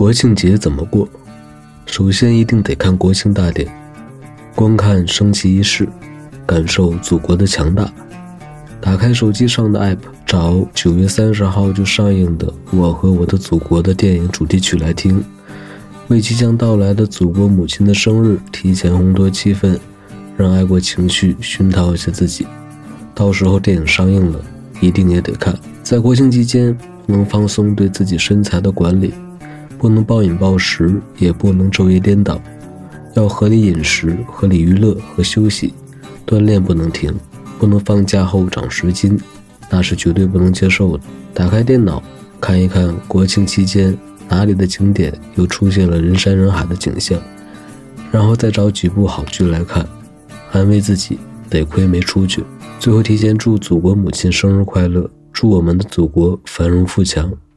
国庆节怎么过？首先一定得看国庆大典，观看升旗仪式，感受祖国的强大。打开手机上的 app， 找9月30号就上映的《我和我的祖国》的电影主题曲来听，为即将到来的祖国母亲的生日提前烘托气氛，让爱国情绪熏陶一下自己。到时候电影上映了，一定也得看。在国庆期间，不能放松对自己身材的管理，不能暴饮暴食，也不能昼夜颠倒，要合理饮食、合理娱乐和休息，锻炼不能停，不能放假后长10斤，那是绝对不能接受的。打开电脑，看一看国庆期间哪里的景点又出现了人山人海的景象，然后再找几部好剧来看，安慰自己得亏没出去。最后提前祝祖国母亲生日快乐，祝我们的祖国繁荣富强，